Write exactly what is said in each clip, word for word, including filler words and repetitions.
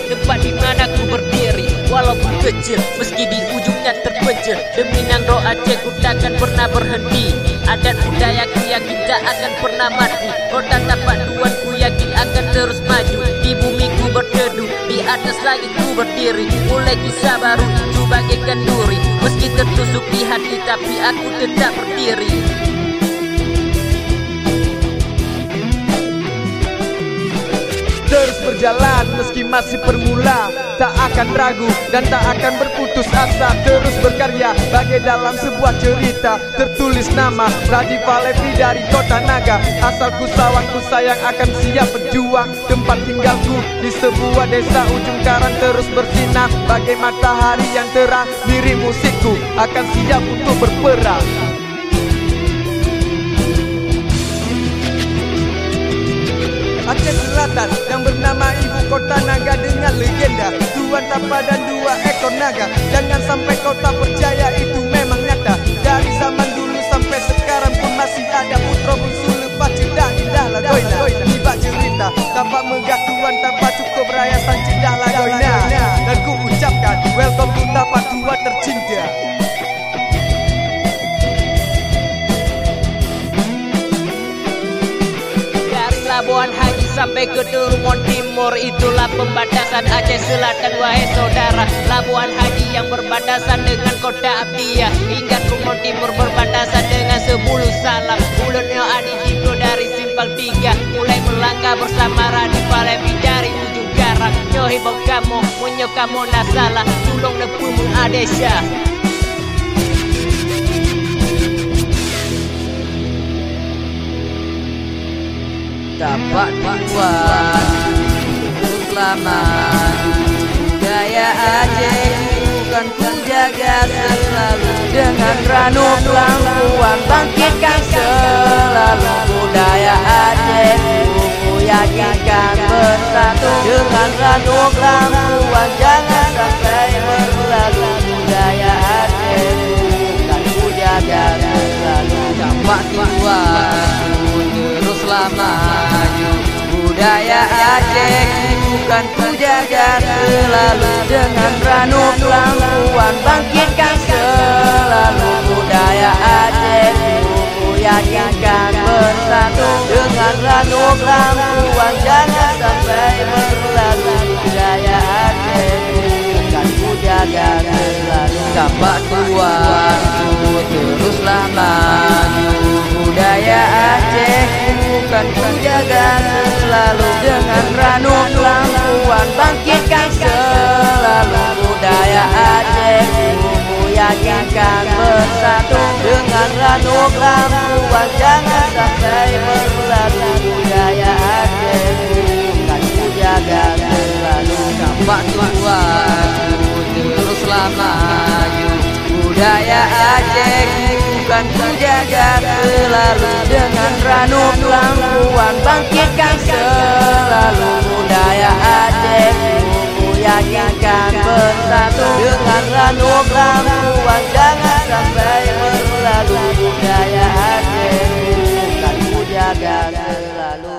tempat di mana ku berdiri. Walaupun kecil, meski di ujungnya terpencil, demi Nangro Aceh ku takkan pernah berhenti. Adat budayaku yakin tak akan pernah mati. Kota tapak tuan ku yakin akan terus maju. Di bumi ku berteduh, di atas langit ku berdiri. Mulai kisah baru itu bagaikan duri. Meski tertusuk di hati tapi aku tetap berdiri. Terus berjalan meski masih permula, tak akan ragu dan tak akan berputus asa. Terus berkarya bagai dalam sebuah cerita. Tertulis nama Radifa Levi dari Kota Naga. Asalku sawanku sayang akan siap berjuang. Tempat tinggalku di sebuah desa ujung karang terus bersinar bagai matahari yang terang. Diri musikku akan siap untuk berperang. Aceh Selatan yang bernama ibu kota naga dengan legenda Tuan Tapa dan dua ekor naga. Jangan sampai kau tak percaya, itu memang nyata. Dari zaman dulu sampai sekarang pun masih ada putra bungsu lepas cedak indah lagoina. Tiba cerita Tapa megah Tuan Tapa cukup raya sang cedak lagoina. Dan ku ucapkan welcome to Tapa tua tercinta. Labuan Haji sampai ke Turmon Timur, itulah pembatasan Aceh Selatan wahai saudara. Labuan Haji yang berbatasan dengan Kota Abdiyah, hingga Turmon Timur berbatasan dengan Sepuluh Salam. Mulutnya Adi Jibro dari Simpang Tiga, mulai melangkah bersama Radifa Levi dari ujung karang. Nyohi bau kamu, munyo kamu nasalah, tulung nepu mengadesya. Tapak tuan teruslah maju. Budaya Aceh bukan ku jaga selalu. Dengan ranu pelangkuan bangkitkan selalu. Budaya Aceh ku yakinkan bersatu. Dengan ranu pelangkuan jangan sampai berlalu. Budaya Aceh bukan ku jaga selalu. Tapak tuan teruslah maju. Budaya Aceh bukan ku jaga selalu. Dengan ranu pelangkuan bangkitkan selalu. Budaya Aceh ku yakinkan bersatu. Dengan ranu pelangkuan jangan sampai berlalu. Budaya Aceh bukan ku jaga selalu. Tapak tuan teruslah maju. Budaya Aceh bukan ku jaga selalu. Dengan ranu pelangkuan bangkitkan selalu. Budaya Aceh ku yakinkan bersatu. Dengan ranu pelangkuan jangan sampai berlalu. Budaya Aceh bukan ku jaga selalu. Tapak tuan teruslah maju. Budaya Aceh bukan ku jaga selalu. Dengan ranu pelangkuan bangkitkan selalu. Budaya Aceh ku yakinkan bersatu. Dengan ranu pelangkuan jangan sampai berlalu. Budaya Aceh bukan ku jaga selalu.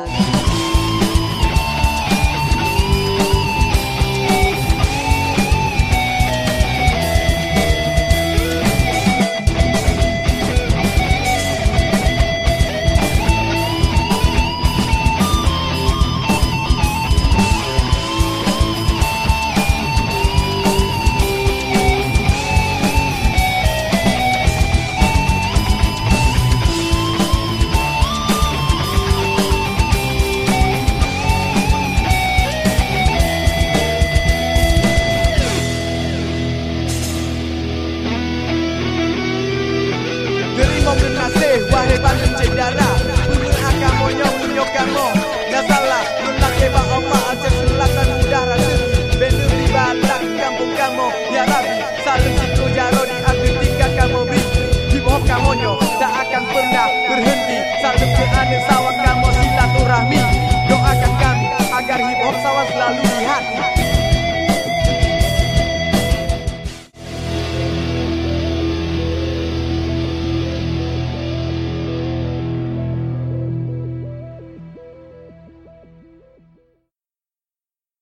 Wahai Bandung Cendara, bunyi akamo nyonyo kamo. Nasalah lunak eba oma Aceh Selatan udara tinggi. Benu di balak kampung kamo. Ya Rabbi, saling siku jaro di hati tingkat kamo biji. Hip hop kamonyo tak akan pernah berhenti. Saling ke aneh sawah kamo silaturahmi. Doakan kami agar hip hop sawah selalu di hati.